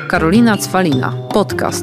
Karolina Cwalina, podcast.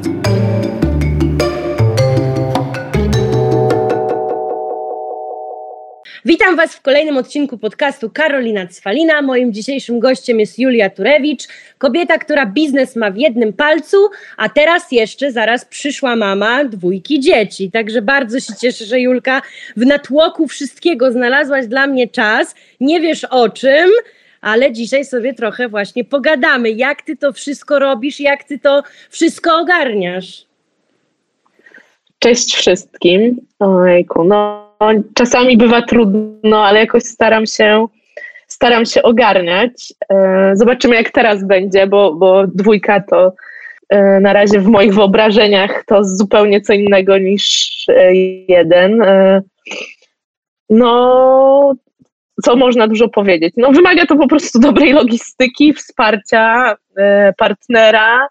Witam Was w kolejnym odcinku podcastu Karolina Cwalina. Moim dzisiejszym gościem jest Julia Turewicz, kobieta, która biznes ma w jednym palcu, a teraz jeszcze zaraz przyszła mama 2 dzieci. Także bardzo się cieszę, że Julka w natłoku wszystkiego znalazłaś dla mnie czas. Nie wiesz o czym, ale dzisiaj sobie trochę właśnie pogadamy. Jak Ty to wszystko robisz, jak Ty to wszystko ogarniasz? Cześć wszystkim. Ojku, no czasami bywa trudno, ale jakoś staram się ogarniać. Zobaczymy, jak teraz będzie, bo 2 to na razie w moich wyobrażeniach to zupełnie co innego niż 1. No, co można dużo powiedzieć? No, wymaga to po prostu dobrej logistyki, wsparcia partnera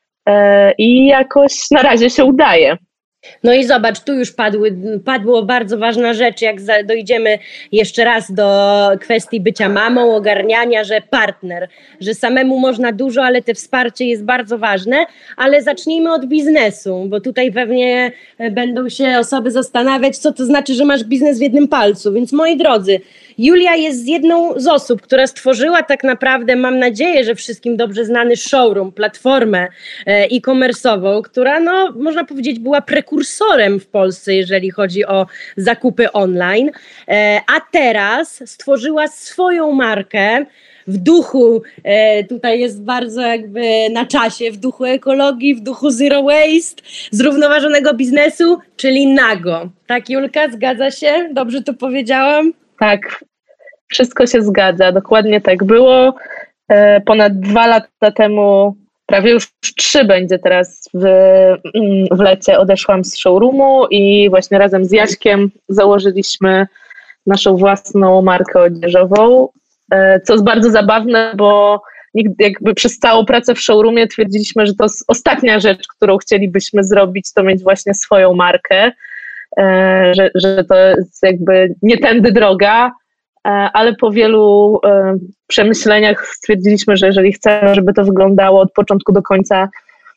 i jakoś na razie się udaje. No i zobacz, tu już padło bardzo ważna rzecz, jak dojdziemy jeszcze raz do kwestii bycia mamą, ogarniania, że partner, że samemu można dużo, ale te wsparcie jest bardzo ważne, ale zacznijmy od biznesu, bo tutaj pewnie będą się osoby zastanawiać, co to znaczy, że masz biznes w jednym palcu, więc moi drodzy, Julia jest jedną z osób, która stworzyła tak naprawdę, mam nadzieję, że wszystkim dobrze znany showroom, platformę e-commerce'ową, która no można powiedzieć była prekursorem w Polsce, jeżeli chodzi o zakupy online, a teraz stworzyła swoją markę w duchu, tutaj jest bardzo jakby na czasie, w duchu ekologii, w duchu zero waste, zrównoważonego biznesu, czyli Nago. Tak, Julka, zgadza się? Dobrze to powiedziałam? Tak, wszystko się zgadza, dokładnie tak było. Ponad 2 lata temu, prawie już 3 będzie teraz w lecie, odeszłam z showroomu i właśnie razem z Jaśkiem założyliśmy naszą własną markę odzieżową, co jest bardzo zabawne, bo jakby przez całą pracę w showroomie twierdziliśmy, że to jest ostatnia rzecz, którą chcielibyśmy zrobić, to mieć właśnie swoją markę, że to jest jakby nie tędy droga, ale po wielu przemyśleniach stwierdziliśmy, że jeżeli chcemy, żeby to wyglądało od początku do końca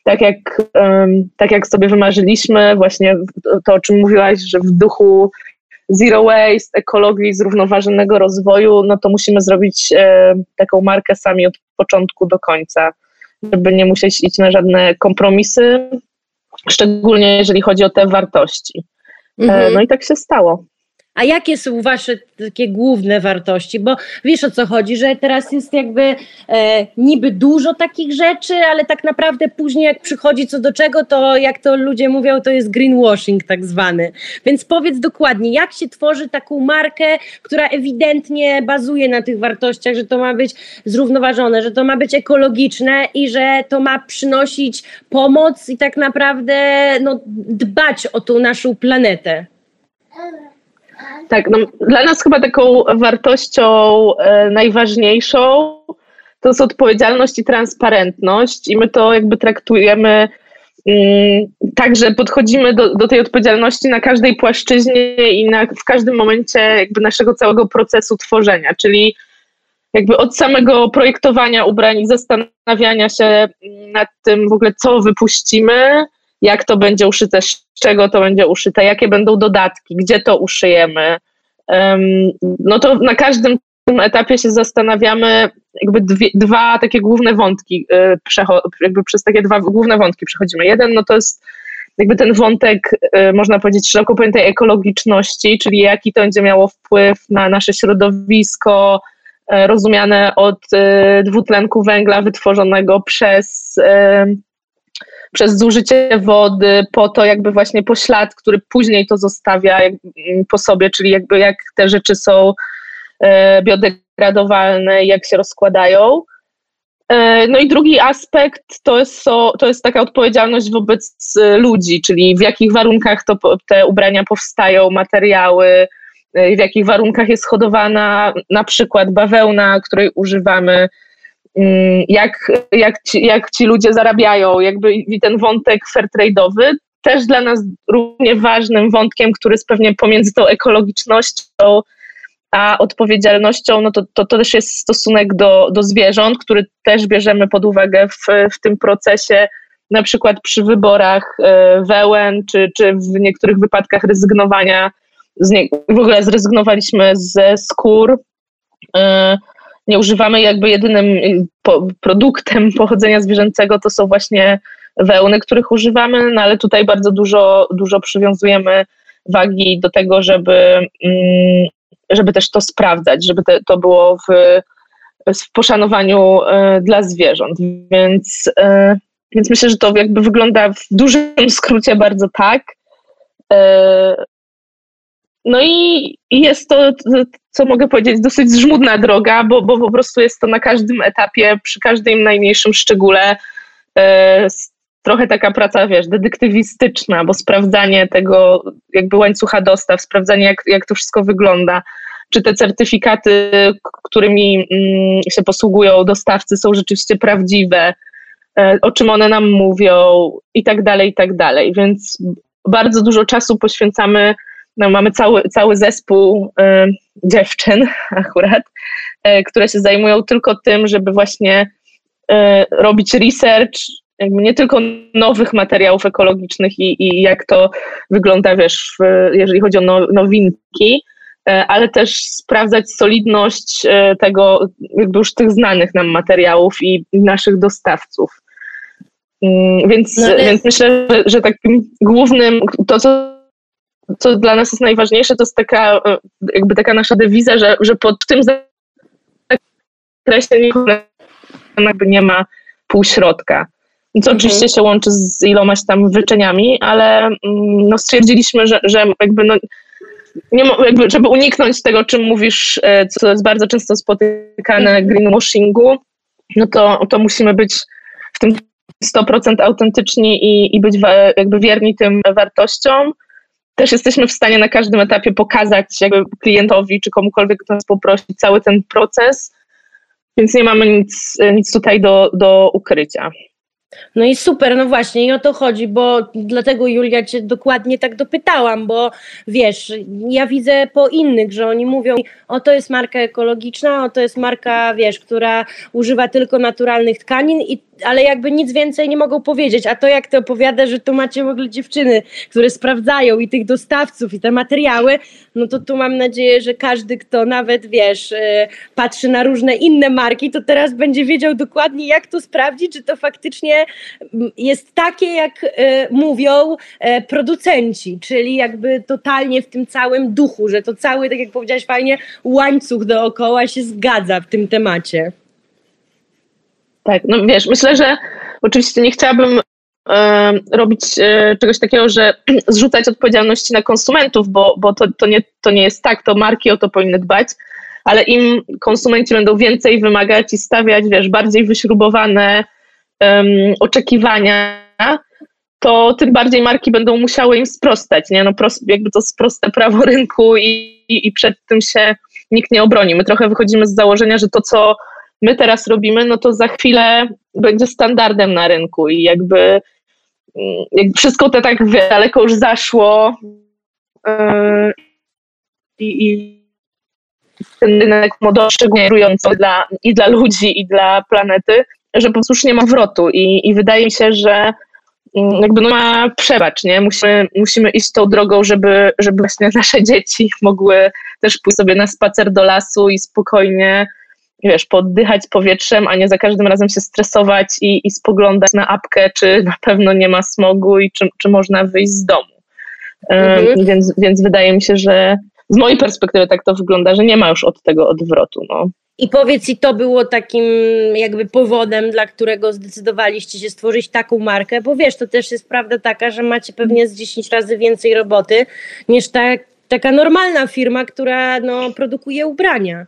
tak jak sobie wymarzyliśmy, właśnie to, o czym mówiłaś, że w duchu zero waste, ekologii, zrównoważonego rozwoju, no to musimy zrobić taką markę sami od początku do końca, żeby nie musieć iść na żadne kompromisy, szczególnie jeżeli chodzi o te wartości. No i tak się stało. A jakie są wasze takie główne wartości? Bo wiesz, o co chodzi, że teraz jest jakby niby dużo takich rzeczy, ale tak naprawdę później jak przychodzi co do czego, to jak to ludzie mówią, to jest greenwashing tak zwany. Więc powiedz dokładnie, jak się tworzy taką markę, która ewidentnie bazuje na tych wartościach, że to ma być zrównoważone, że to ma być ekologiczne i że to ma przynosić pomoc i tak naprawdę no, dbać o tą naszą planetę. Tak, no, dla nas chyba taką wartością najważniejszą to jest odpowiedzialność i transparentność i my to jakby traktujemy tak, że podchodzimy do tej odpowiedzialności na każdej płaszczyźnie i w każdym momencie jakby naszego całego procesu tworzenia, czyli jakby od samego projektowania ubrań i zastanawiania się nad tym w ogóle, co wypuścimy, jak to będzie uszyte, z czego to będzie uszyte, jakie będą dodatki, gdzie to uszyjemy. No to na każdym tym etapie się zastanawiamy, jakby 2 takie główne wątki, jakby przez takie 2 główne wątki przechodzimy. Jeden, no to jest jakby ten wątek, można powiedzieć, szeroko pojętej ekologiczności, czyli jaki to będzie miało wpływ na nasze środowisko, rozumiane od dwutlenku węgla wytworzonego przez zużycie wody, po to jakby właśnie po ślad, który później to zostawia po sobie, czyli jakby jak te rzeczy są biodegradowalne, jak się rozkładają. No i drugi aspekt to jest taka odpowiedzialność wobec ludzi, czyli w jakich warunkach te ubrania powstają, materiały, w jakich warunkach jest hodowana na przykład bawełna, której używamy, jak ci ludzie zarabiają, jakby i ten wątek fairtrade'owy też dla nas równie ważnym wątkiem, który jest pewnie pomiędzy tą ekologicznością a odpowiedzialnością, no to też jest stosunek do zwierząt, który też bierzemy pod uwagę w tym procesie, na przykład przy wyborach wełen, czy w niektórych wypadkach rezygnowania, w ogóle zrezygnowaliśmy ze skór. Nie używamy, jakby jedynym produktem pochodzenia zwierzęcego to są właśnie wełny, których używamy, no ale tutaj bardzo dużo przywiązujemy wagi do tego, żeby też to sprawdzać, żeby to było w poszanowaniu dla zwierząt. Więc myślę, że to jakby wygląda w dużym skrócie bardzo tak. No i jest to, co mogę powiedzieć, dosyć żmudna droga, bo po prostu jest to na każdym etapie, przy każdym najmniejszym szczególe trochę taka praca, detektywistyczna, bo sprawdzanie tego jakby łańcucha dostaw, sprawdzanie jak to wszystko wygląda, czy te certyfikaty, którymi się posługują dostawcy, są rzeczywiście prawdziwe, o czym one nam mówią i tak dalej, więc bardzo dużo czasu poświęcamy. No, mamy cały zespół dziewczyn akurat, które się zajmują tylko tym, żeby właśnie robić research, jakby nie tylko nowych materiałów ekologicznych i jak to wygląda, jeżeli chodzi o nowinki, ale też sprawdzać solidność tego, jakby już tych znanych nam materiałów i naszych dostawców. Więc myślę, że takim głównym, to co dla nas jest najważniejsze, to jest taka nasza dewiza, że pod tym zakresie jakby nie ma półśrodka. Co oczywiście się łączy z ilomaś tam wyczeniami, ale stwierdziliśmy, że jakby nie ma, jakby, żeby uniknąć tego, o czym mówisz, co jest bardzo często spotykane, greenwashingu, no to musimy być w tym 100% autentyczni i być jakby wierni tym wartościom. Też jesteśmy w stanie na każdym etapie pokazać jakby klientowi, czy komukolwiek, kto nas poprosi, cały ten proces, więc nie mamy nic tutaj do ukrycia. No i super, no właśnie i o to chodzi, bo dlatego Julia cię dokładnie tak dopytałam, bo wiesz, ja widzę po innych, że oni mówią, o to jest marka ekologiczna, o to jest marka, wiesz, która używa tylko naturalnych tkanin, ale jakby nic więcej nie mogą powiedzieć, a to jak ty opowiadasz, że tu macie w ogóle dziewczyny, które sprawdzają i tych dostawców i te materiały, no to tu mam nadzieję, że każdy, kto nawet, wiesz, patrzy na różne inne marki, to teraz będzie wiedział dokładnie, jak to sprawdzić, czy to faktycznie jest takie, jak mówią producenci, czyli jakby totalnie w tym całym duchu, że to cały, tak jak powiedziałaś fajnie, łańcuch dookoła się zgadza w tym temacie. Tak, no wiesz, myślę, że oczywiście nie chciałabym robić czegoś takiego, że zrzucać odpowiedzialności na konsumentów, bo to nie jest tak, to marki o to powinny dbać, ale im konsumenci będą więcej wymagać i stawiać, wiesz, bardziej wyśrubowane oczekiwania, to tym bardziej marki będą musiały im sprostać, nie? No jakby to jest proste prawo rynku i przed tym się nikt nie obroni. My trochę wychodzimy z założenia, że to, co my teraz robimy, no to za chwilę będzie standardem na rynku i jakby wszystko to tak daleko już zaszło i ten rynek modowy szczególnie i dla ludzi, i dla planety, że po prostu już nie ma zwrotu i wydaje mi się, że jakby ma przebacz, nie? Musimy iść tą drogą, żeby właśnie nasze dzieci mogły też pójść sobie na spacer do lasu i spokojnie, wiesz, poddychać powietrzem, a nie za każdym razem się stresować i spoglądać na apkę, czy na pewno nie ma smogu i czy można wyjść z domu. Więc wydaje mi się, że z mojej perspektywy tak to wygląda, że nie ma już od tego odwrotu. No. I powiedz, i to było takim jakby powodem, dla którego zdecydowaliście się stworzyć taką markę, bo wiesz, to też jest prawda taka, że macie pewnie z 10 razy więcej roboty niż taka normalna firma, która produkuje ubrania.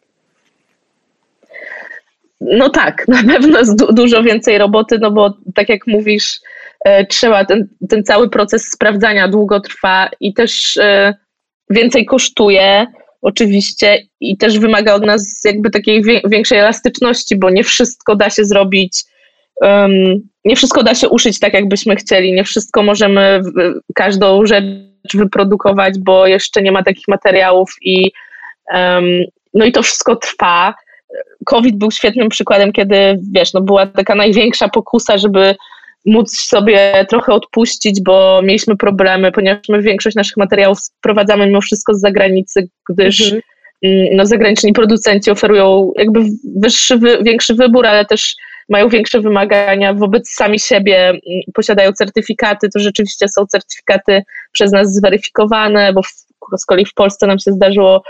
No tak, na pewno jest dużo więcej roboty, no bo tak jak mówisz, trzeba ten cały proces sprawdzania długo trwa i też więcej kosztuje oczywiście i też wymaga od nas jakby takiej większej elastyczności, bo nie wszystko da się zrobić, nie wszystko da się uszyć tak, jakbyśmy chcieli, nie wszystko możemy każdą rzecz wyprodukować, bo jeszcze nie ma takich materiałów i No i to wszystko trwa. COVID był świetnym przykładem, kiedy wiesz, no była taka największa pokusa, żeby móc sobie trochę odpuścić, bo mieliśmy problemy, ponieważ my większość naszych materiałów sprowadzamy mimo wszystko z zagranicy, gdyż no, zagraniczni producenci oferują jakby większy wybór, ale też mają większe wymagania wobec sami siebie, posiadają certyfikaty, to rzeczywiście są certyfikaty przez nas zweryfikowane, bo z kolei w Polsce nam się zdarzyło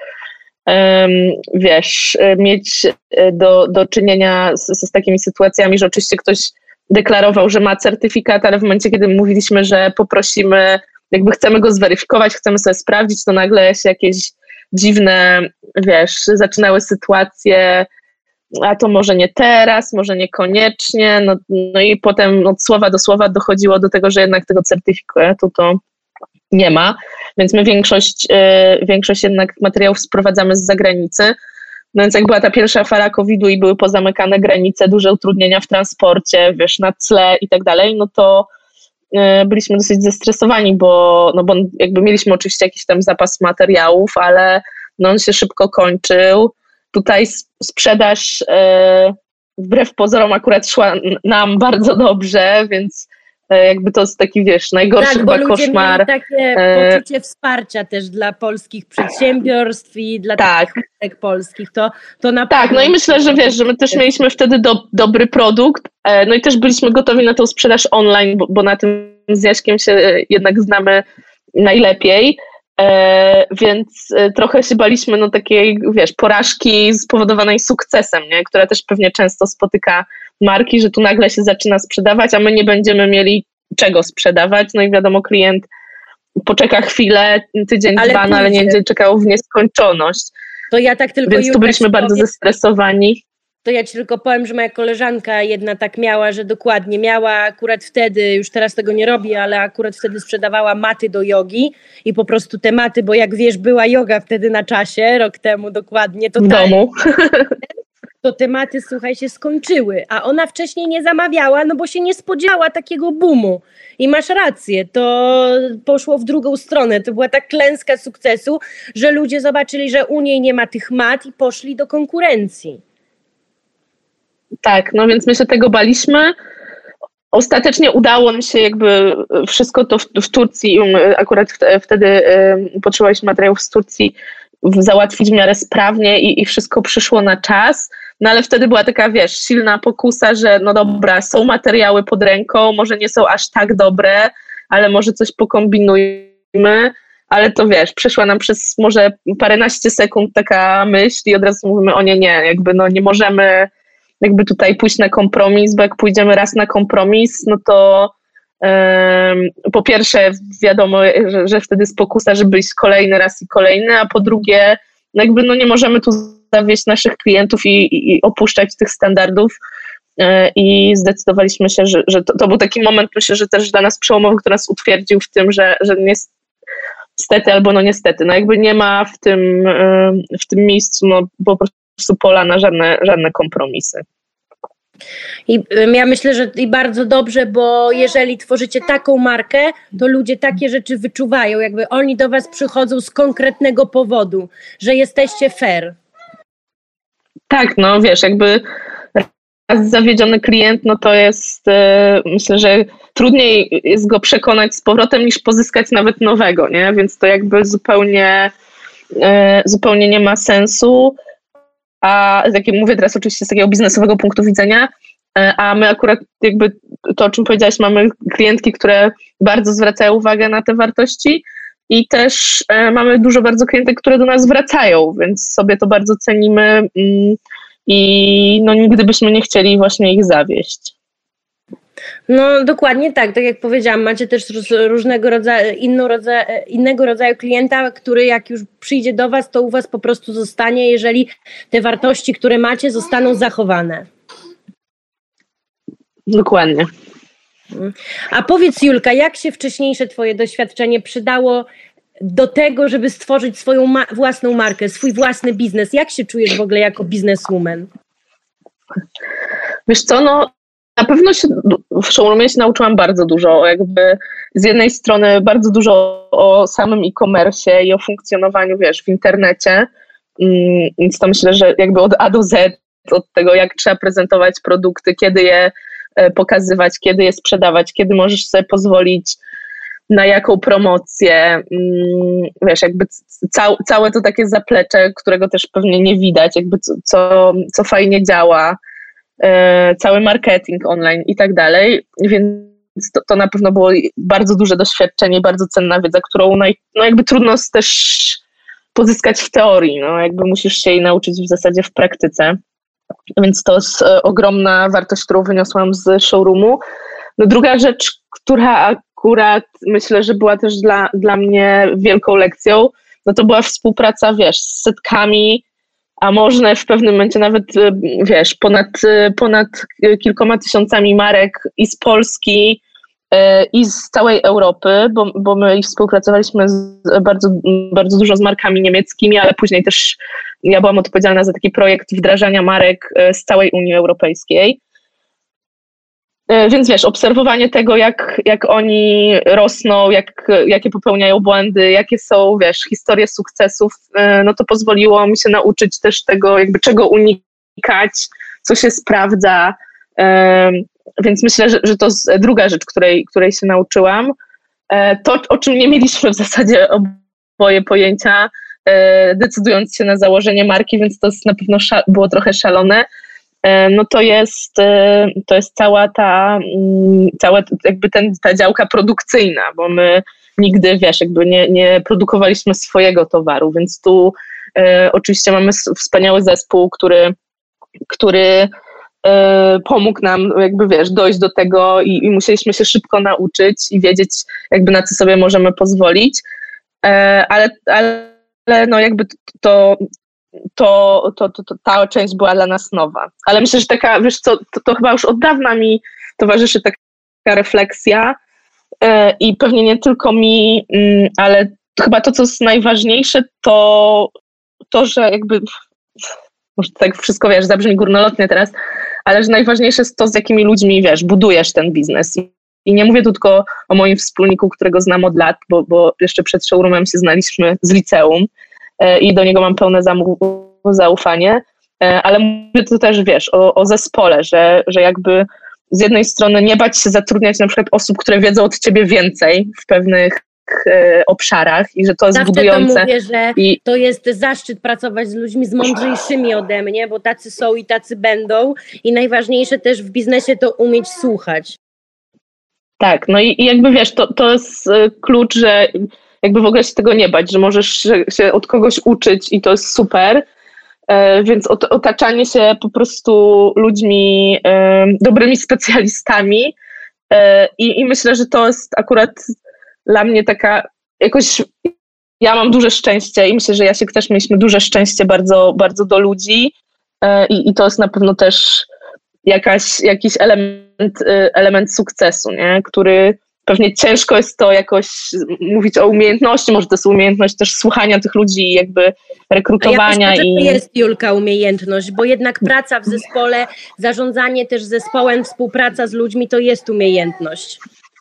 wiesz, mieć do czynienia z takimi sytuacjami, że oczywiście ktoś deklarował, że ma certyfikat, ale w momencie, kiedy mówiliśmy, że poprosimy, jakby chcemy go zweryfikować, chcemy sobie sprawdzić, to nagle się jakieś dziwne, wiesz, zaczynały sytuacje, a to może nie teraz, może niekoniecznie, no i potem od słowa do słowa dochodziło do tego, że jednak tego certyfikatu to nie ma, więc my większość jednak materiałów sprowadzamy z zagranicy. No więc jak była ta pierwsza fala COVID-u i były pozamykane granice, duże utrudnienia w transporcie, wiesz, na cle i tak dalej, no to byliśmy dosyć zestresowani, bo jakby mieliśmy oczywiście jakiś tam zapas materiałów, ale no on się szybko kończył. Tutaj sprzedaż wbrew pozorom akurat szła nam bardzo dobrze, więc jakby to jest taki, wiesz, najgorszy chyba koszmar. Mieli takie poczucie wsparcia też dla polskich przedsiębiorstw i dla takich marek polskich. To na tak, no i myślę, że wiesz, że my też mieliśmy wtedy dobry produkt, no i też byliśmy gotowi na tą sprzedaż online, bo na tym z Jaśkiem się jednak znamy najlepiej, więc trochę się baliśmy no takiej, wiesz, porażki spowodowanej sukcesem, nie? Która też pewnie często spotyka marki, że tu nagle się zaczyna sprzedawać, a my nie będziemy mieli czego sprzedawać, no i wiadomo, klient poczeka chwilę, tydzień, dwa, no ale nie będzie czekał w nieskończoność. To ja tak tylko więc tu byliśmy bardzo zestresowani. To ja ci tylko powiem, że moja koleżanka jedna tak miała, że dokładnie miała akurat wtedy, już teraz tego nie robi, ale akurat wtedy sprzedawała maty do jogi i po prostu te maty, bo jak wiesz, była joga wtedy na czasie, rok temu dokładnie. W domu. To tematy, słuchaj, się skończyły, a ona wcześniej nie zamawiała, no bo się nie spodziewała takiego boomu. I masz rację, to poszło w drugą stronę. To była ta klęska sukcesu, że ludzie zobaczyli, że u niej nie ma tych mat i poszli do konkurencji. Tak, no więc my się tego baliśmy. Ostatecznie udało nam się jakby wszystko to w Turcji, akurat wtedy potrzebowaliśmy materiałów z Turcji, załatwić w miarę sprawnie i wszystko przyszło na czas. No ale wtedy była taka, wiesz, silna pokusa, że no dobra, są materiały pod ręką, może nie są aż tak dobre, ale może coś pokombinujmy, ale to wiesz, przeszła nam przez może paręnaście sekund taka myśl i od razu mówimy, o nie, jakby no nie możemy jakby tutaj pójść na kompromis, bo jak pójdziemy raz na kompromis, no to po pierwsze wiadomo, że wtedy jest pokusa, żeby iść kolejny raz i kolejny, a po drugie no jakby no nie możemy tu zawieść naszych klientów i opuszczać tych standardów i zdecydowaliśmy się, że to był taki moment, myślę, że też dla nas przełomowy, który nas utwierdził w tym, że niestety albo no niestety, no jakby nie ma w tym miejscu no po prostu pola na żadne kompromisy. I ja myślę, że i bardzo dobrze, bo jeżeli tworzycie taką markę, to ludzie takie rzeczy wyczuwają, jakby oni do was przychodzą z konkretnego powodu, że jesteście fair. Tak, no wiesz, jakby raz zawiedziony klient, no to jest, myślę, że trudniej jest go przekonać z powrotem niż pozyskać nawet nowego, nie? Więc to jakby zupełnie nie ma sensu. A jak mówię teraz oczywiście z takiego biznesowego punktu widzenia, a my akurat jakby to, o czym powiedziałaś, mamy klientki, które bardzo zwracają uwagę na te wartości i też mamy dużo bardzo klientek, które do nas wracają, więc sobie to bardzo cenimy i no nigdy byśmy nie chcieli właśnie ich zawieść. No dokładnie tak jak powiedziałam, macie też różnego rodzaju, innego rodzaju klienta, który jak już przyjdzie do was, to u was po prostu zostanie, jeżeli te wartości, które macie, zostaną zachowane. Dokładnie. A powiedz, Julka, jak się wcześniejsze twoje doświadczenie przydało do tego, żeby stworzyć swoją własną markę, swój własny biznes? Jak się czujesz w ogóle jako bizneswoman? Wiesz co, no na pewno w showroomie się nauczyłam bardzo dużo, jakby z jednej strony bardzo dużo o samym e-commerce i o funkcjonowaniu, wiesz, w internecie, Więc to myślę, że jakby od A do Z, od tego jak trzeba prezentować produkty, kiedy je pokazywać, kiedy je sprzedawać, kiedy możesz sobie pozwolić na jaką promocję, wiesz, jakby całe to takie zaplecze, którego też pewnie nie widać, jakby co fajnie działa, cały marketing online i tak dalej, więc to na pewno było bardzo duże doświadczenie, bardzo cenna wiedza, którą jakby trudno też pozyskać w teorii, jakby musisz się jej nauczyć w zasadzie w praktyce, więc to jest ogromna wartość, którą wyniosłam z showroomu. No druga rzecz, która akurat myślę, że była też dla mnie wielką lekcją, no to była współpraca, wiesz, z setkami, a można w pewnym momencie nawet, wiesz, ponad kilkoma tysiącami marek i z Polski, i z całej Europy, bo my współpracowaliśmy bardzo, bardzo dużo z markami niemieckimi, ale później też ja byłam odpowiedzialna za taki projekt wdrażania marek z całej Unii Europejskiej. Więc wiesz, obserwowanie tego, jak oni rosną, jakie popełniają błędy, jakie są, wiesz, historie sukcesów, no to pozwoliło mi się nauczyć też tego, jakby czego unikać, co się sprawdza. Więc myślę, że to jest druga rzecz, której się nauczyłam. To, o czym nie mieliśmy w zasadzie oboje pojęcia, decydując się na założenie marki, więc to jest na pewno było trochę szalone. No to jest cała ta działka produkcyjna, bo my nigdy, wiesz, jakby nie produkowaliśmy swojego towaru, więc tu oczywiście mamy wspaniały zespół, który pomógł nam, jakby wiesz, dojść do tego i musieliśmy się szybko nauczyć i wiedzieć, jakby na co sobie możemy pozwolić, ale no jakby ta część była dla nas nowa. Ale myślę, że taka, wiesz co, to chyba już od dawna mi towarzyszy taka refleksja i pewnie nie tylko mi, ale chyba to, co jest najważniejsze, to, że jakby, może tak wszystko, wiesz, zabrzmi górnolotnie teraz, ale że najważniejsze jest to, z jakimi ludźmi, wiesz, budujesz ten biznes. I nie mówię tu tylko o moim wspólniku, którego znam od lat, bo jeszcze przed showroomem się znaliśmy z liceum i do niego mam pełne zaufanie, ale mówię tu też, wiesz, o zespole, że jakby z jednej strony nie bać się zatrudniać na przykład osób, które wiedzą od ciebie więcej w pewnych obszarach i że to jest zawsze budujące. To mówię, że to jest zaszczyt pracować z ludźmi mądrzejszymi ode mnie, bo tacy są i tacy będą i najważniejsze też w biznesie to umieć słuchać. Tak, no i jakby wiesz, to jest klucz, że jakby w ogóle się tego nie bać, że możesz się od kogoś uczyć i to jest super, więc otaczanie się po prostu ludźmi, dobrymi specjalistami i myślę, że to jest akurat dla mnie taka jakoś, ja mam duże szczęście i myślę, że Jasiek też mieliśmy duże szczęście bardzo, bardzo do ludzi i to jest na pewno też jakiś element sukcesu, nie? Który pewnie ciężko jest to jakoś mówić o umiejętności, może to jest umiejętność też słuchania tych ludzi, jakby rekrutowania. Ja myślę, że to jest, Julka, umiejętność, bo jednak praca w zespole, zarządzanie też zespołem, współpraca z ludźmi to jest umiejętność.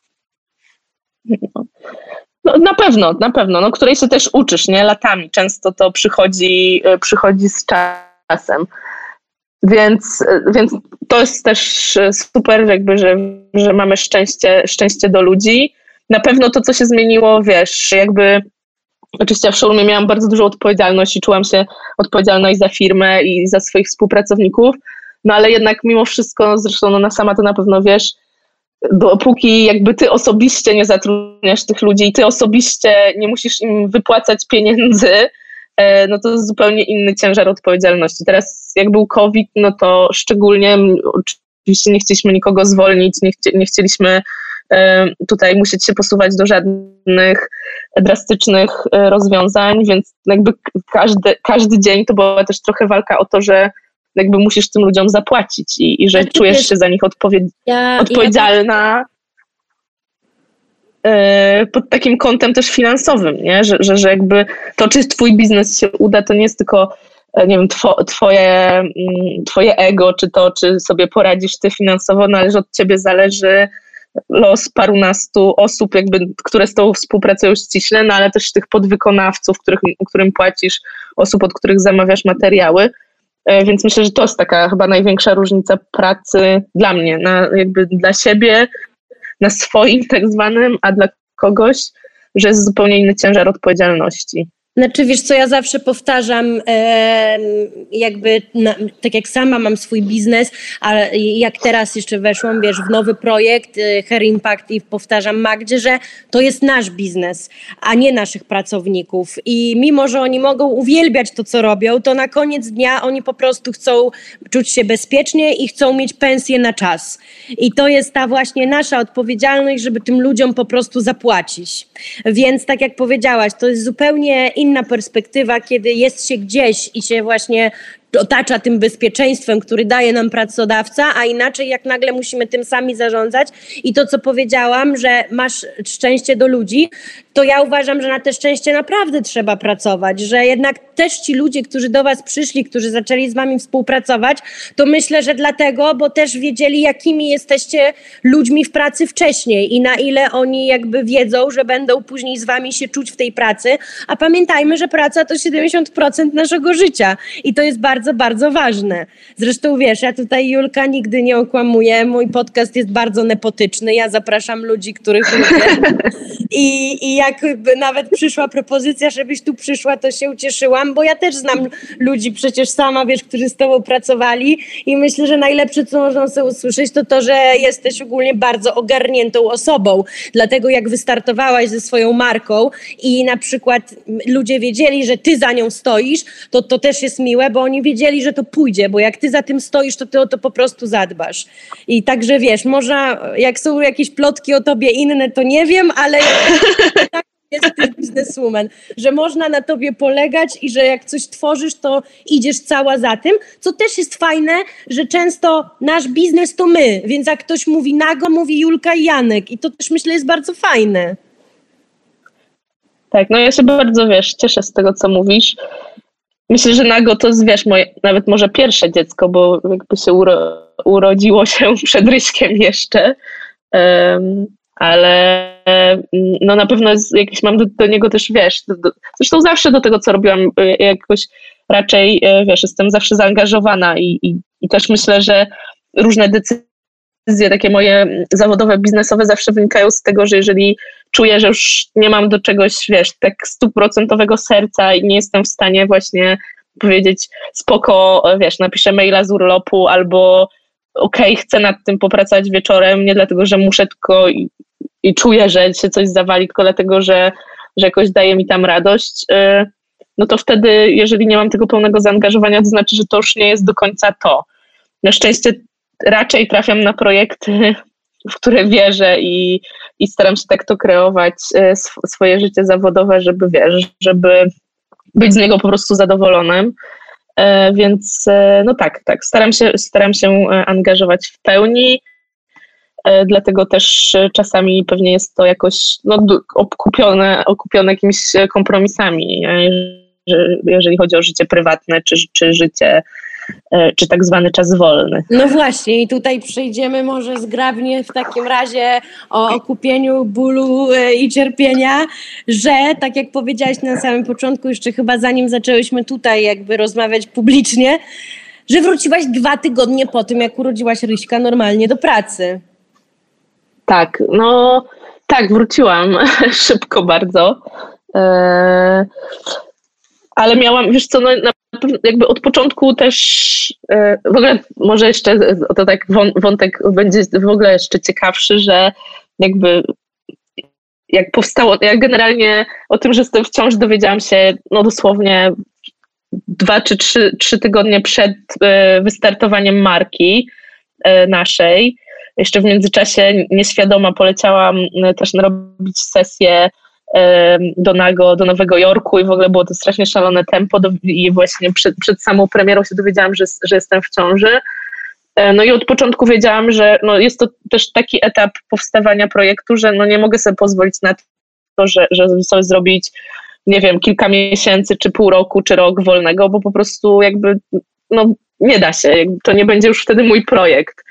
No, na pewno, no, której się też uczysz, nie? Latami. Często to przychodzi z czasem. Więc to jest też super, jakby, że mamy szczęście do ludzi. Na pewno to, co się zmieniło, wiesz, jakby oczywiście w showroomie miałam bardzo dużą odpowiedzialność i czułam się odpowiedzialna i za firmę i za swoich współpracowników, no ale jednak mimo wszystko, zresztą no, sama to na pewno wiesz, dopóki jakby ty osobiście nie zatrudniasz tych ludzi i ty osobiście nie musisz im wypłacać pieniędzy, no to jest zupełnie inny ciężar odpowiedzialności. Teraz jak był COVID, no to szczególnie oczywiście nie chcieliśmy nikogo zwolnić, nie chcieliśmy tutaj musieć się posuwać do żadnych drastycznych rozwiązań, więc jakby każdy dzień to była też trochę walka o to, że jakby musisz tym ludziom zapłacić i że czujesz się za nich odpowiedzialna pod takim kątem też finansowym, nie? Że jakby to, czy twój biznes się uda, to nie jest tylko, nie wiem, twoje ego, czy sobie poradzisz ty finansowo, no ale że od ciebie zależy los parunastu osób, jakby, które z tobą współpracują ściśle, no ale też tych podwykonawców, którym płacisz, osób, od których zamawiasz materiały. Więc myślę, że to jest taka chyba największa różnica pracy dla mnie, jakby dla siebie, na swoim tak zwanym, a dla kogoś, że jest zupełnie inny ciężar odpowiedzialności. Znaczy, wiesz co, ja zawsze powtarzam, tak jak sama mam swój biznes, ale jak teraz jeszcze weszłam, wiesz, w nowy projekt Hair Impact i powtarzam Magdzie, że to jest nasz biznes, a nie naszych pracowników. I mimo, że oni mogą uwielbiać to, co robią, to na koniec dnia oni po prostu chcą czuć się bezpiecznie i chcą mieć pensję na czas. I to jest ta właśnie nasza odpowiedzialność, żeby tym ludziom po prostu zapłacić. Więc tak jak powiedziałaś, to jest zupełnie inna perspektywa, kiedy jest się gdzieś i się właśnie otacza tym bezpieczeństwem, który daje nam pracodawca, a inaczej jak nagle musimy tym sami zarządzać. I to, co powiedziałam, że masz szczęście do ludzi, to ja uważam, że na te szczęście naprawdę trzeba pracować, że jednak też ci ludzie, którzy do was przyszli, którzy zaczęli z wami współpracować, to myślę, że dlatego, bo też wiedzieli, jakimi jesteście ludźmi w pracy wcześniej i na ile oni jakby wiedzą, że będą później z wami się czuć w tej pracy, a pamiętajmy, że praca to 70% naszego życia i to jest bardzo, bardzo ważne. Zresztą wiesz, ja tutaj, Julka, nigdy nie okłamuję, mój podcast jest bardzo nepotyczny, ja zapraszam ludzi, których lubię i jakby nawet przyszła propozycja, żebyś tu przyszła, to się ucieszyłam, bo ja też znam ludzi, przecież sama wiesz, którzy z tobą pracowali i myślę, że najlepsze, co można sobie usłyszeć, to to, że jesteś ogólnie bardzo ogarniętą osobą. Dlatego jak wystartowałaś ze swoją marką i na przykład ludzie wiedzieli, że ty za nią stoisz, to też jest miłe, bo oni wiedzieli, że to pójdzie, bo jak ty za tym stoisz, to ty o to po prostu zadbasz. I także wiesz, można, jak są jakieś plotki o tobie inne, to nie wiem, ale tak jest bizneswoman, że można na tobie polegać i że jak coś tworzysz, to idziesz cała za tym, co też jest fajne, że często nasz biznes to my, więc jak ktoś mówi Nago, mówi Julka i Janek i to też myślę jest bardzo fajne. Tak, no ja się bardzo, cieszę z tego, co mówisz. Myślę, że Nago to jest, moje, nawet może pierwsze dziecko, bo jakby się urodziło się przed Ryśkiem jeszcze, ale no na pewno jest jakiś, mam do niego też, zresztą zawsze do tego, co robiłam, jakoś raczej, jestem zawsze zaangażowana i też myślę, że różne decyzje takie moje zawodowe, biznesowe zawsze wynikają z tego, że jeżeli czuję, że już nie mam do czegoś, tak 100% serca i nie jestem w stanie właśnie powiedzieć spoko, napiszę maila z urlopu albo chcę nad tym popracować wieczorem, nie dlatego, że muszę tylko i czuję, że się coś zawali, tylko dlatego, że jakoś daje mi tam radość, no to wtedy, jeżeli nie mam tego pełnego zaangażowania, to znaczy, że to już nie jest do końca to. Na szczęście raczej trafiam na projekty, w które wierzę i staram się tak to kreować, swoje życie zawodowe, żeby być z niego po prostu zadowolonym. Więc no tak, staram się angażować w pełni, dlatego też czasami pewnie jest to jakoś okupione jakimiś kompromisami, jeżeli chodzi o życie prywatne czy życie, czy tak zwany czas wolny. No właśnie i tutaj przejdziemy może zgrabnie w takim razie o okupieniu bólu i cierpienia, że tak jak powiedziałaś na samym początku, jeszcze chyba zanim zaczęłyśmy tutaj jakby rozmawiać publicznie, że wróciłaś 2 tygodnie po tym, jak urodziłaś Ryśka normalnie do pracy. Tak, wróciłam szybko bardzo. Ale miałam, jakby od początku też, w ogóle może jeszcze to tak wątek będzie w ogóle jeszcze ciekawszy, że jakby jak powstało, ja generalnie o tym, że jestem w ciąży dowiedziałam się dosłownie 2 czy 3 tygodnie przed wystartowaniem marki naszej. Jeszcze w międzyczasie nieświadoma poleciałam też robić sesję do Nowego Jorku i w ogóle było to strasznie szalone tempo i właśnie przed samą premierą się dowiedziałam, że jestem w ciąży. No i od początku wiedziałam, że jest to też taki etap powstawania projektu, że nie mogę sobie pozwolić na to, że sobie zrobić, nie wiem, kilka miesięcy, czy pół roku, czy rok wolnego, bo po prostu jakby nie da się, to nie będzie już wtedy mój projekt.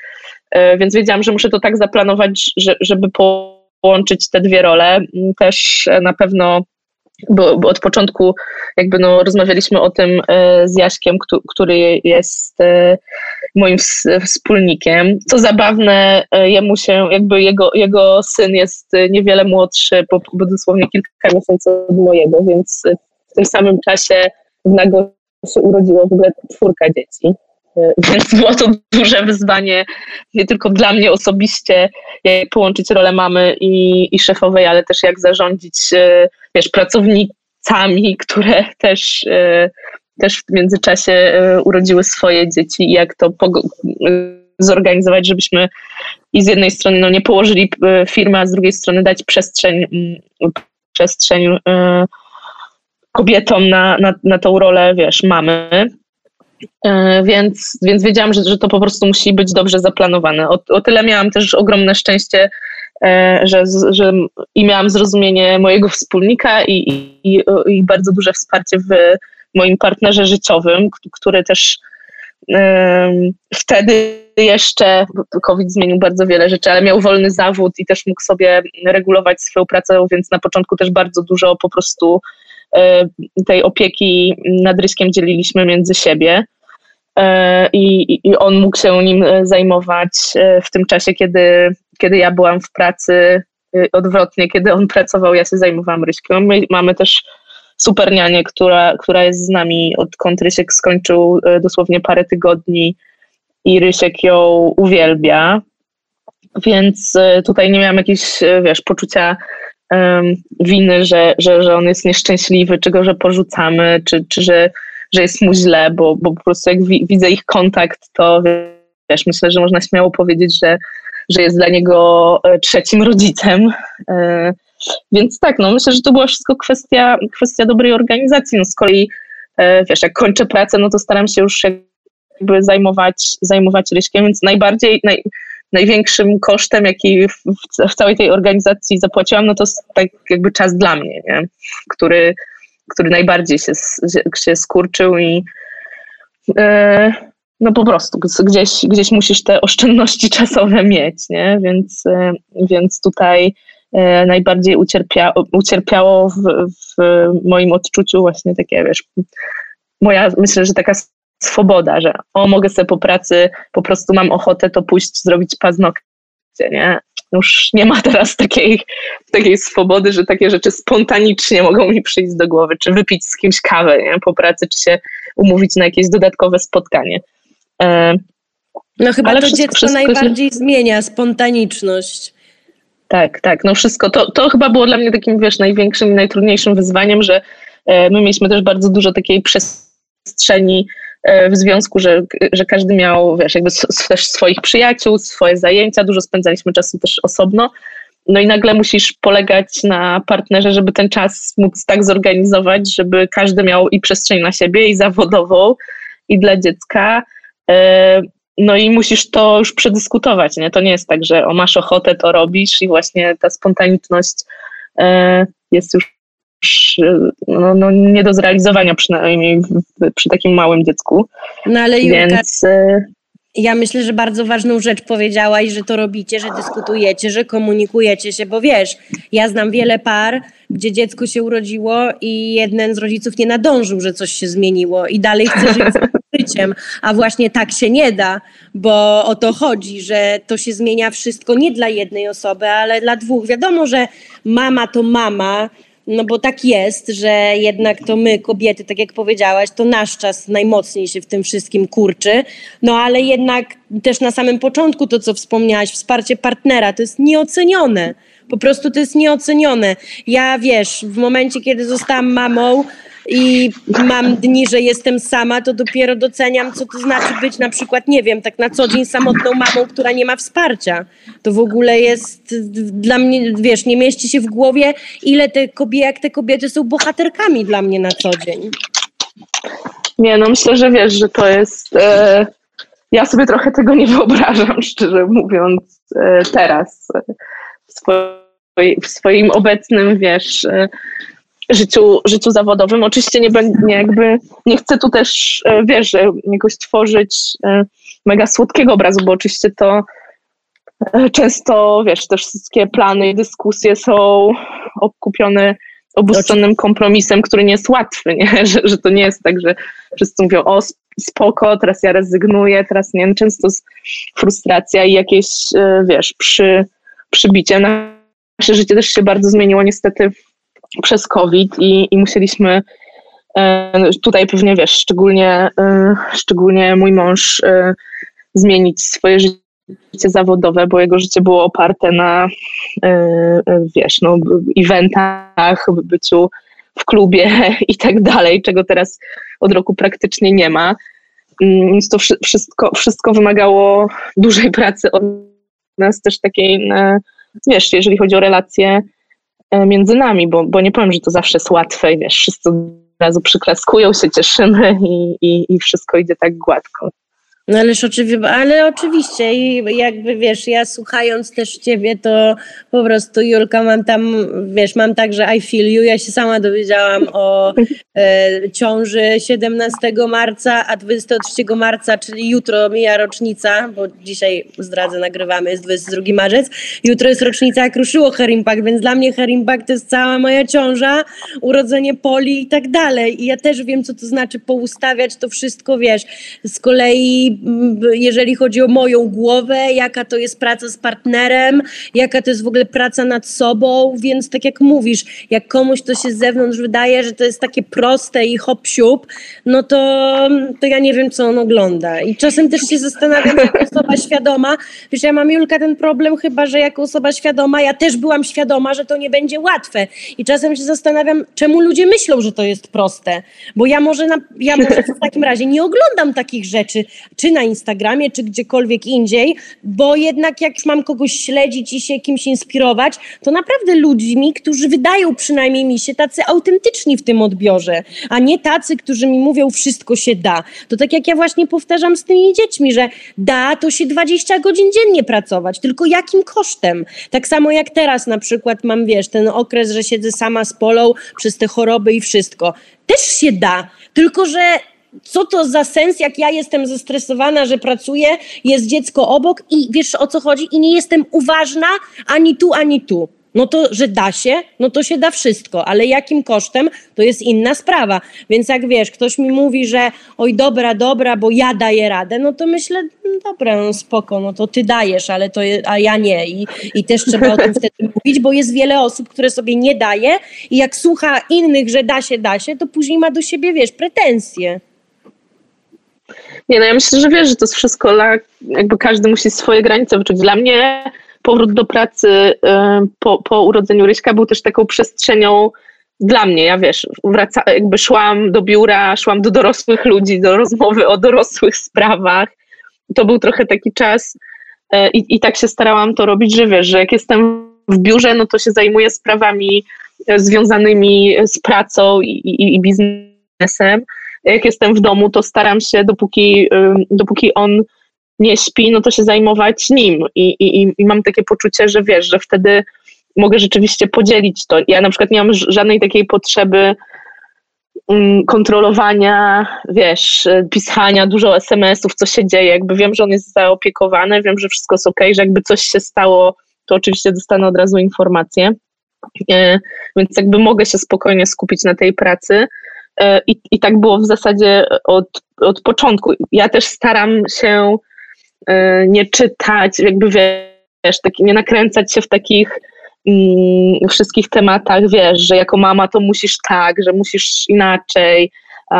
więc wiedziałam, że muszę to tak zaplanować, żeby połączyć te dwie role. Też na pewno, bo od początku jakby rozmawialiśmy o tym z Jaśkiem, który jest moim wspólnikiem. Co zabawne, jemu się, jakby jego syn jest niewiele młodszy, bo dosłownie kilka miesięcy od mojego, więc w tym samym czasie w Nago się urodziło w ogóle 4 dzieci. Więc było to duże wyzwanie, nie tylko dla mnie osobiście, jak połączyć rolę mamy i szefowej, ale też jak zarządzić, pracownicami, które też w międzyczasie urodziły swoje dzieci i jak to zorganizować, żebyśmy i z jednej strony nie położyli firmy, a z drugiej strony dać przestrzeń kobietom na tą rolę, mamy. Więc wiedziałam, że to po prostu musi być dobrze zaplanowane. O tyle miałam też ogromne szczęście, że miałam zrozumienie mojego wspólnika i bardzo duże wsparcie w moim partnerze życiowym, który też wtedy jeszcze, COVID zmienił bardzo wiele rzeczy, ale miał wolny zawód i też mógł sobie regulować swoją pracę, więc na początku też bardzo dużo po prostu tej opieki nad Ryśkiem dzieliliśmy między siebie i on mógł się nim zajmować w tym czasie, kiedy ja byłam w pracy, odwrotnie, kiedy on pracował, ja się zajmowałam Ryśkiem. My mamy też super nianię, która jest z nami, odkąd Rysiek skończył dosłownie parę tygodni i Rysiek ją uwielbia, więc tutaj nie miałam jakiegoś, poczucia winy, że on jest nieszczęśliwy, czy go, że porzucamy, czy że jest mu źle, bo po prostu jak widzę ich kontakt, to myślę, że można śmiało powiedzieć, że jest dla niego trzecim rodzicem. Więc tak, myślę, że to była wszystko kwestia dobrej organizacji. Z kolei, jak kończę pracę, to staram się już jakby zajmować Ryśkiem, więc największym kosztem, jaki w całej tej organizacji zapłaciłam, to jest tak jakby czas dla mnie, nie? Który najbardziej się skurczył i po prostu gdzieś musisz te oszczędności czasowe mieć, nie? Więc tutaj najbardziej ucierpiało w moim odczuciu właśnie takie, myślę, że taka swoboda, że mogę sobie po pracy, po prostu mam ochotę to pójść, zrobić paznokcie, nie? Już nie ma teraz takiej swobody, że takie rzeczy spontanicznie mogą mi przyjść do głowy, czy wypić z kimś kawę, nie? Po pracy, czy się umówić na jakieś dodatkowe spotkanie. Chyba ale to dziecko najbardziej zmienia spontaniczność. Tak, wszystko. To chyba było dla mnie takim, największym i najtrudniejszym wyzwaniem, że my mieliśmy też bardzo dużo takiej przestrzeni w związku, że każdy miał, jakby też swoich przyjaciół, swoje zajęcia, dużo spędzaliśmy czasu też osobno. I nagle musisz polegać na partnerze, żeby ten czas móc tak zorganizować, żeby każdy miał i przestrzeń na siebie, i zawodową, i dla dziecka. I musisz to już przedyskutować, nie? To nie jest tak, że masz ochotę, to robisz i właśnie ta spontaniczność jest już nie do zrealizowania, przynajmniej przy takim małym dziecku. Ale Julka, ja myślę, że bardzo ważną rzecz powiedziałaś, że to robicie, że dyskutujecie, że komunikujecie się, bo ja znam wiele par, gdzie dziecko się urodziło i jeden z rodziców nie nadążył, że coś się zmieniło i dalej chce żyć życiem, a właśnie tak się nie da, bo o to chodzi, że to się zmienia wszystko nie dla jednej osoby, ale dla dwóch. Wiadomo, że mama to mama, bo tak jest, że jednak to my, kobiety, tak jak powiedziałaś, to nasz czas najmocniej się w tym wszystkim kurczy, ale jednak też na samym początku to, co wspomniałaś, wsparcie partnera, to jest nieocenione. Po prostu to jest nieocenione. Ja, w momencie, kiedy zostałam mamą i mam dni, że jestem sama, to dopiero doceniam, co to znaczy być na przykład, tak na co dzień samotną mamą, która nie ma wsparcia. To w ogóle jest dla mnie, nie mieści się w głowie, jak te kobiety są bohaterkami dla mnie na co dzień. Nie, myślę, że że to jest... ja sobie trochę tego nie wyobrażam, szczerze mówiąc, teraz. W swoim obecnym, życiu zawodowym. Oczywiście nie chcę tu też, jakoś tworzyć mega słodkiego obrazu, bo oczywiście to często, wiesz, te wszystkie plany i dyskusje są okupione obustronnym kompromisem, który nie jest łatwy, nie? Że to nie jest tak, że wszyscy mówią, o spoko, teraz ja rezygnuję, teraz nie. Często jest frustracja i jakieś, wiesz, przybicie. Nasze życie też się bardzo zmieniło niestety przez COVID i musieliśmy tutaj pewnie, wiesz, szczególnie mój mąż zmienić swoje życie zawodowe, bo jego życie było oparte na, wiesz, no, eventach, byciu w klubie i tak dalej, czego teraz od roku praktycznie nie ma. Więc to wszystko wymagało dużej pracy od nas, też takiej, wiesz, jeżeli chodzi o relacje między nami, bo nie powiem, że to zawsze jest łatwe i wiesz, wszyscy od razu przyklaskują się, cieszymy i wszystko idzie tak gładko. No ale oczywiście i jakby wiesz, ja słuchając też ciebie, to po prostu Julka mam tak, że I feel you, ja się sama dowiedziałam o ciąży 17 marca, a 23 marca, czyli jutro mija rocznica, bo dzisiaj zdradzę, nagrywamy, jest 22 marzec, jutro jest rocznica jak ruszyło Hair Impact, więc dla mnie Hair Impact to jest cała moja ciąża, urodzenie Poli i tak dalej i ja też wiem, co to znaczy poustawiać to wszystko, wiesz, z kolei jeżeli chodzi o moją głowę, jaka to jest praca z partnerem, jaka to jest w ogóle praca nad sobą, więc tak jak mówisz, jak komuś to się z zewnątrz wydaje, że to jest takie proste i hop siup, no to ja nie wiem, co on ogląda. I czasem też się zastanawiam, jako osoba świadoma, wiesz, ja mam, Julka, ten problem chyba, że jako osoba świadoma, ja też byłam świadoma, że to nie będzie łatwe. I czasem się zastanawiam, czemu ludzie myślą, że to jest proste. Bo ja może w takim razie nie oglądam takich rzeczy, czy na Instagramie, czy gdziekolwiek indziej, bo jednak jak mam kogoś śledzić i się kimś inspirować, to naprawdę ludźmi, którzy wydają przynajmniej mi się tacy autentyczni w tym odbiorze, a nie tacy, którzy mi mówią, wszystko się da. To tak jak ja właśnie powtarzam z tymi dziećmi, że da to się 20 godzin dziennie pracować, tylko jakim kosztem? Tak samo jak teraz na przykład mam, wiesz, ten okres, że siedzę sama z Polą przez te choroby i wszystko. Też się da, tylko że co to za sens, jak ja jestem zestresowana, że pracuję, jest dziecko obok i wiesz, o co chodzi, i nie jestem uważna ani tu, ani tu. No to, że da się, no to się da wszystko, ale jakim kosztem, to jest inna sprawa. Więc jak wiesz, ktoś mi mówi, że oj dobra, bo ja daję radę, no to myślę, dobra, no spoko, no to ty dajesz, a ja nie. I też trzeba o tym wtedy mówić, bo jest wiele osób, które sobie nie daje i jak słucha innych, że da się, to później ma do siebie, wiesz, pretensje. Nie, no ja myślę, że wiesz, że to jest wszystko, jakby każdy musi swoje granice wyczuć. Dla mnie powrót do pracy po urodzeniu Ryśka był też taką przestrzenią dla mnie. Ja wiesz, jakby szłam do biura, szłam do dorosłych ludzi, do rozmowy o dorosłych sprawach. To był trochę taki czas i tak się starałam to robić, że wiesz, że jak jestem w biurze, no to się zajmuję sprawami związanymi z pracą i biznesem. Jak jestem w domu, to staram się, dopóki on nie śpi, no to się zajmować nim. I mam takie poczucie, że wiesz, że wtedy mogę rzeczywiście podzielić to. Ja na przykład nie mam żadnej takiej potrzeby kontrolowania, wiesz, pisania dużo SMS-ów, co się dzieje. Jakby wiem, że on jest zaopiekowany, wiem, że wszystko jest okej, że jakby coś się stało, to oczywiście dostanę od razu informację. Więc jakby mogę się spokojnie skupić na tej pracy. I tak było w zasadzie od początku. Ja też staram się nie czytać, jakby wiesz, nie nakręcać się w takich wszystkich tematach, wiesz, że jako mama to musisz tak, że musisz inaczej,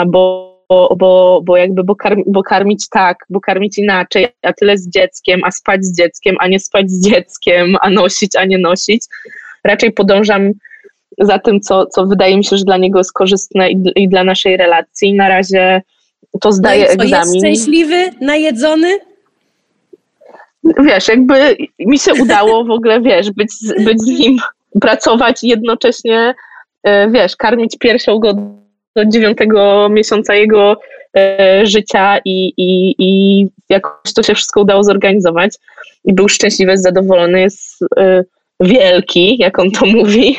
bo karmić tak, bo karmić inaczej, a tyle z dzieckiem, a spać z dzieckiem, a nie spać z dzieckiem, a nosić, a nie nosić. Raczej podążam za tym, co wydaje mi się, że dla niego jest korzystne i dla naszej relacji. I na razie to zdaje egzamin. Jest szczęśliwy, najedzony? Wiesz, jakby mi się udało w ogóle, wiesz, być z nim, pracować i jednocześnie, wiesz, karmić piersią go do 9 miesiąca jego życia i jakoś to się wszystko udało zorganizować. I był szczęśliwy, zadowolony, jest wielki, jak on to mówi.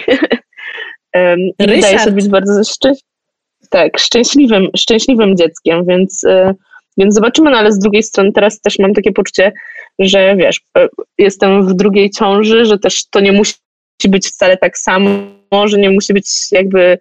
Wydaje się być bardzo szczęśliwym dzieckiem, więc Więc zobaczymy, no ale z drugiej strony teraz też mam takie poczucie, że wiesz, jestem w drugiej ciąży, że też to nie musi być wcale tak samo, że nie musi być jakby,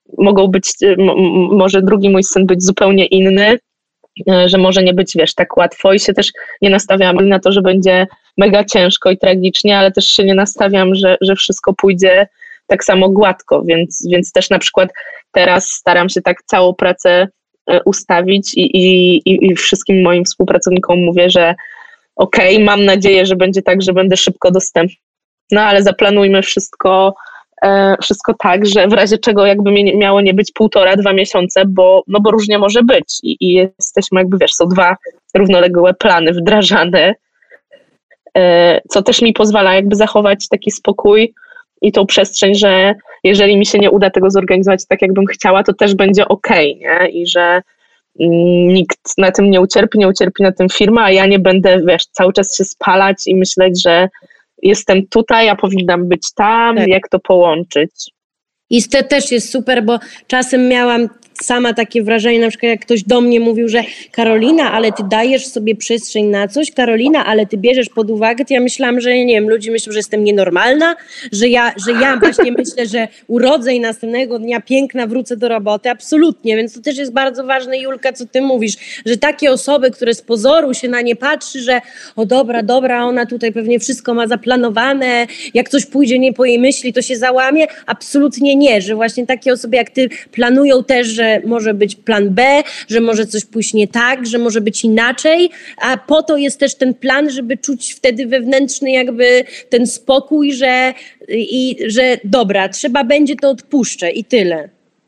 może drugi mój syn być zupełnie inny, że może nie być, wiesz, tak łatwo i się też nie nastawiam na to, że będzie mega ciężko i tragicznie, ale też się nie nastawiam, że wszystko pójdzie tak samo gładko, więc też na przykład teraz staram się tak całą pracę ustawić i wszystkim moim współpracownikom mówię, że okej, mam nadzieję, że będzie tak, że będę szybko dostępna, ale zaplanujmy wszystko tak, że w razie czego jakby miało nie być 1,5–2 miesiące, bo różnie może być i jesteśmy jakby, wiesz, są 2 równoległe plany wdrażane, co też mi pozwala jakby zachować taki spokój i tą przestrzeń, że jeżeli mi się nie uda tego zorganizować tak, jakbym chciała, to też będzie okej, nie? I że nikt na tym nie ucierpi na tym firma, a ja nie będę, wiesz, cały czas się spalać i myśleć, że jestem tutaj, a powinnam być tam, tak. Jak to połączyć. I to też jest super, bo czasem miałam sama takie wrażenie, na przykład jak ktoś do mnie mówił, że Karolina, ale ty dajesz sobie przestrzeń na coś, Karolina, ale ty bierzesz pod uwagę, to ja myślałam, że nie wiem, ludzie myślą, że jestem nienormalna, że ja właśnie myślę, że urodzę i następnego dnia piękna wrócę do roboty, absolutnie, więc to też jest bardzo ważne, Julka, co ty mówisz, że takie osoby, które z pozoru się na nie patrzy, że o dobra, ona tutaj pewnie wszystko ma zaplanowane, jak coś pójdzie nie po jej myśli, to się załamie, absolutnie nie, że właśnie takie osoby jak ty planują też, że może być plan B, że może coś pójść nie tak, że może być inaczej, a po to jest też ten plan, żeby czuć wtedy wewnętrzny jakby ten spokój, że dobra, trzeba będzie, to odpuszczę i tyle.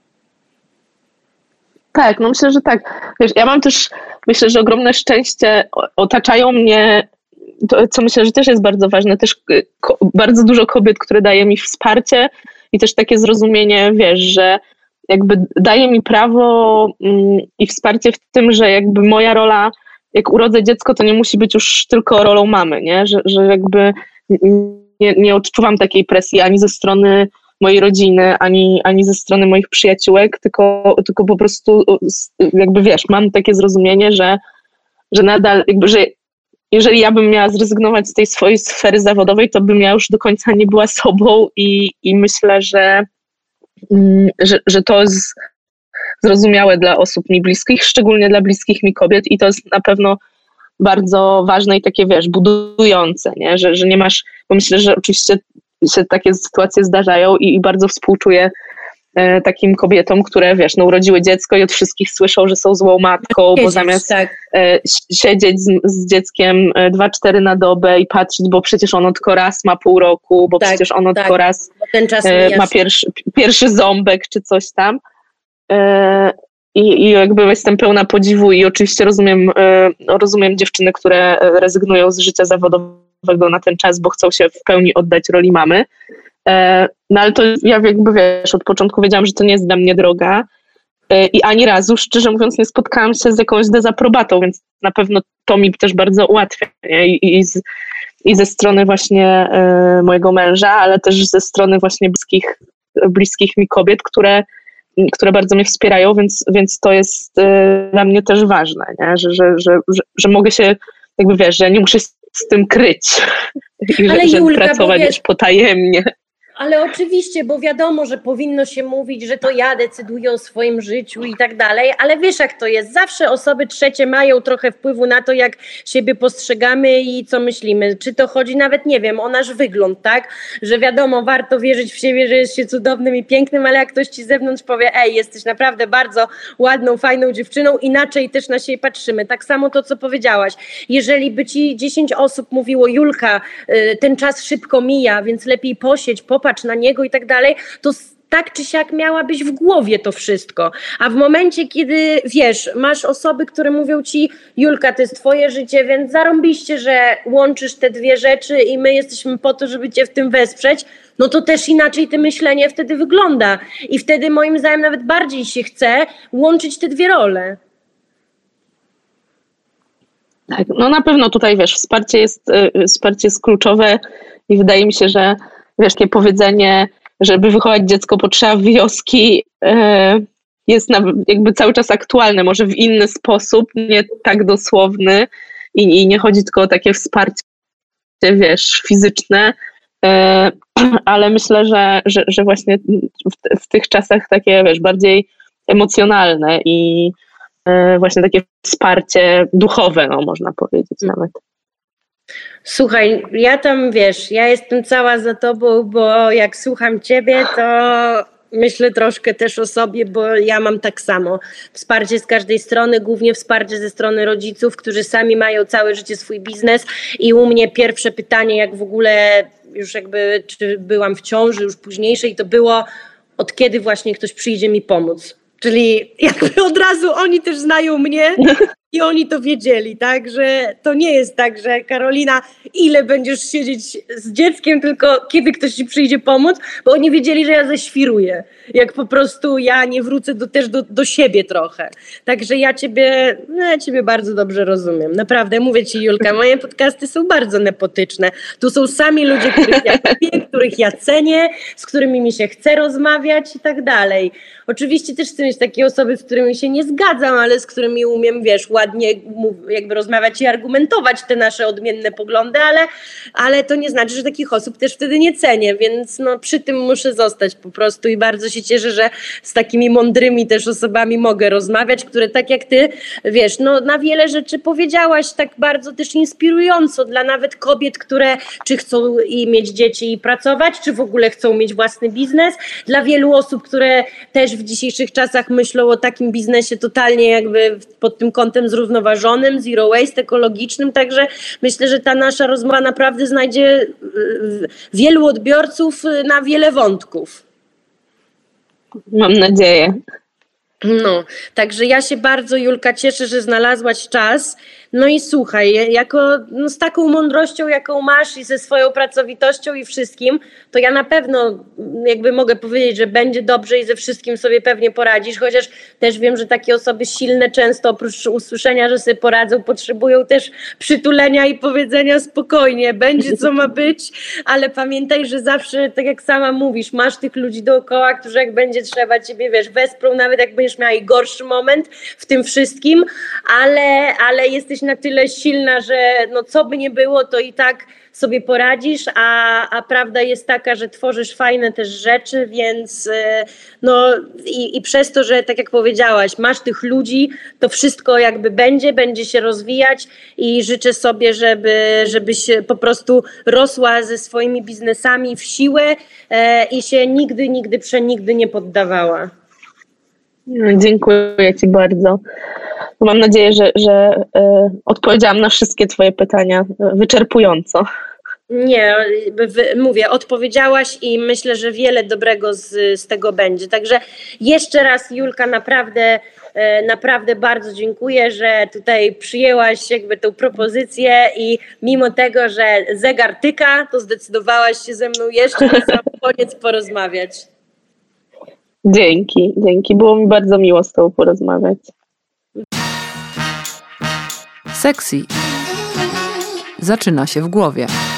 Tak, no myślę, że tak. Wiesz, ja mam też, myślę, że ogromne szczęście, otaczają mnie, to, co myślę, że też jest bardzo ważne, też bardzo dużo kobiet, które daje mi wsparcie i też takie zrozumienie, wiesz, że jakby daje mi prawo i wsparcie w tym, że jakby moja rola, jak urodzę dziecko, to nie musi być już tylko rolą mamy, nie? Że jakby nie odczuwam takiej presji ani ze strony mojej rodziny, ani ze strony moich przyjaciółek, tylko po prostu jakby, wiesz, mam takie zrozumienie, że nadal jakby, że jeżeli ja bym miała zrezygnować z tej swojej sfery zawodowej, to bym ja już do końca nie była sobą i myślę, że to jest zrozumiałe dla osób mi bliskich, szczególnie dla bliskich mi kobiet i to jest na pewno bardzo ważne i takie, wiesz, budujące, nie? Że nie masz, bo myślę, że oczywiście się takie sytuacje zdarzają i bardzo współczuję takim kobietom, które, wiesz, urodziły dziecko i od wszystkich słyszą, że są złą matką, bo zamiast siedzieć z dzieckiem 2-4 na dobę i patrzeć, bo przecież ono tylko raz ma pół roku, bo przecież ono tylko raz ma pierwszy ząbek czy coś tam. I jakby jestem pełna podziwu i oczywiście rozumiem dziewczyny, które rezygnują z życia zawodowego na ten czas, bo chcą się w pełni oddać roli mamy. No ale to ja jakby, wiesz, od początku wiedziałam, że to nie jest dla mnie droga i ani razu, szczerze mówiąc, nie spotkałam się z jakąś dezaprobatą, więc na pewno to mi też bardzo ułatwia, nie? I ze strony właśnie mojego męża, ale też ze strony właśnie bliskich mi kobiet, które bardzo mnie wspierają, więc to jest dla mnie też ważne, nie? Że mogę się, jakby, wiesz, że nie muszę z tym kryć i że Julka, pracować wiesz, potajemnie. Ale oczywiście, bo wiadomo, że powinno się mówić, że to ja decyduję o swoim życiu i tak dalej, ale wiesz jak to jest, zawsze osoby trzecie mają trochę wpływu na to, jak siebie postrzegamy i co myślimy. Czy to chodzi nawet, nie wiem, o nasz wygląd, tak? Że wiadomo, warto wierzyć w siebie, że jest się cudownym i pięknym, ale jak ktoś ci z zewnątrz powie, jesteś naprawdę bardzo ładną, fajną dziewczyną, inaczej też na siebie patrzymy. Tak samo to, co powiedziałaś. Jeżeli by ci 10 osób mówiło, Julka, ten czas szybko mija, więc lepiej posiedź, popatrz na niego i tak dalej, to tak czy siak miałabyś w głowie to wszystko. A w momencie, kiedy wiesz, masz osoby, które mówią ci, Julka, to jest twoje życie, więc zarąbiście, że łączysz te dwie rzeczy i my jesteśmy po to, żeby cię w tym wesprzeć, no to też inaczej to myślenie wtedy wygląda. I wtedy moim zdaniem nawet bardziej się chce łączyć te dwie role. Tak, no na pewno tutaj, wiesz, wsparcie jest kluczowe i wydaje mi się, że wiesz, takie powiedzenie, żeby wychować dziecko potrzeba wioski, jest jakby cały czas aktualne, może w inny sposób, nie tak dosłowny i nie chodzi tylko o takie wsparcie, wiesz, fizyczne, ale myślę, że właśnie w tych czasach takie, wiesz, bardziej emocjonalne i właśnie takie wsparcie duchowe, no można powiedzieć nawet. Słuchaj, ja tam, wiesz, ja jestem cała za tobą, bo jak słucham ciebie, to myślę troszkę też o sobie, bo ja mam tak samo. Wsparcie z każdej strony, głównie wsparcie ze strony rodziców, którzy sami mają całe życie swój biznes i u mnie pierwsze pytanie, jak w ogóle już jakby, czy byłam w ciąży już późniejszej, to było, od kiedy właśnie ktoś przyjdzie mi pomóc. Czyli jakby od razu oni też znają mnie i oni to wiedzieli, tak, że to nie jest tak, że Karolina, ile będziesz siedzieć z dzieckiem, tylko kiedy ktoś ci przyjdzie pomóc, bo oni wiedzieli, że ja zeświruję, jak po prostu ja nie wrócę też do siebie trochę. Także ja ciebie bardzo dobrze rozumiem. Naprawdę, mówię ci, Julka, moje podcasty są bardzo nepotyczne. Tu są sami ludzie, których ja lubię, których ja cenię, z którymi mi się chce rozmawiać i tak dalej. Oczywiście też chcę mieć takie osoby, z którymi się nie zgadzam, ale z którymi umiem, wiesz, ładnie jakby rozmawiać i argumentować te nasze odmienne poglądy, ale to nie znaczy, że takich osób też wtedy nie cenię, więc no przy tym muszę zostać po prostu i bardzo się cieszę, że z takimi mądrymi też osobami mogę rozmawiać, które tak jak ty, wiesz, no na wiele rzeczy powiedziałaś tak bardzo też inspirująco dla nawet kobiet, które czy chcą mieć dzieci i pracować, czy w ogóle chcą mieć własny biznes, dla wielu osób, które też w dzisiejszych czasach myślą o takim biznesie totalnie jakby pod tym kątem zrównoważonym, zero waste, ekologicznym, także myślę, że ta nasza rozmowa naprawdę znajdzie wielu odbiorców na wiele wątków. Mam nadzieję. No, także ja się bardzo, Julka, cieszę, że znalazłaś czas. No i słuchaj, z taką mądrością, jaką masz i ze swoją pracowitością i wszystkim, to ja na pewno jakby mogę powiedzieć, że będzie dobrze i ze wszystkim sobie pewnie poradzisz, chociaż też wiem, że takie osoby silne często oprócz usłyszenia, że sobie poradzą, potrzebują też przytulenia i powiedzenia spokojnie, będzie co ma być, ale pamiętaj, że zawsze, tak jak sama mówisz, masz tych ludzi dookoła, którzy jak będzie trzeba ciebie, wiesz, wesprą, nawet jak będziesz miała i gorszy moment w tym wszystkim, ale jesteś na tyle silna, że no co by nie było, to i tak sobie poradzisz, a prawda jest taka, że tworzysz fajne też rzeczy, więc no i przez to, że tak jak powiedziałaś, masz tych ludzi, to wszystko jakby będzie się rozwijać i życzę sobie, żebyś po prostu rosła ze swoimi biznesami w siłę i się nigdy, przenigdy nie poddawała. Dziękuję ci bardzo. Mam nadzieję, że odpowiedziałam na wszystkie twoje pytania wyczerpująco. Nie, mówię, odpowiedziałaś i myślę, że wiele dobrego z tego będzie. Także jeszcze raz, Julka, naprawdę bardzo dziękuję, że tutaj przyjęłaś jakby tą propozycję i mimo tego, że zegar tyka, to zdecydowałaś się ze mną jeszcze na sam koniec porozmawiać. Dzięki. Było mi bardzo miło z tobą porozmawiać. Sexy zaczyna się w głowie.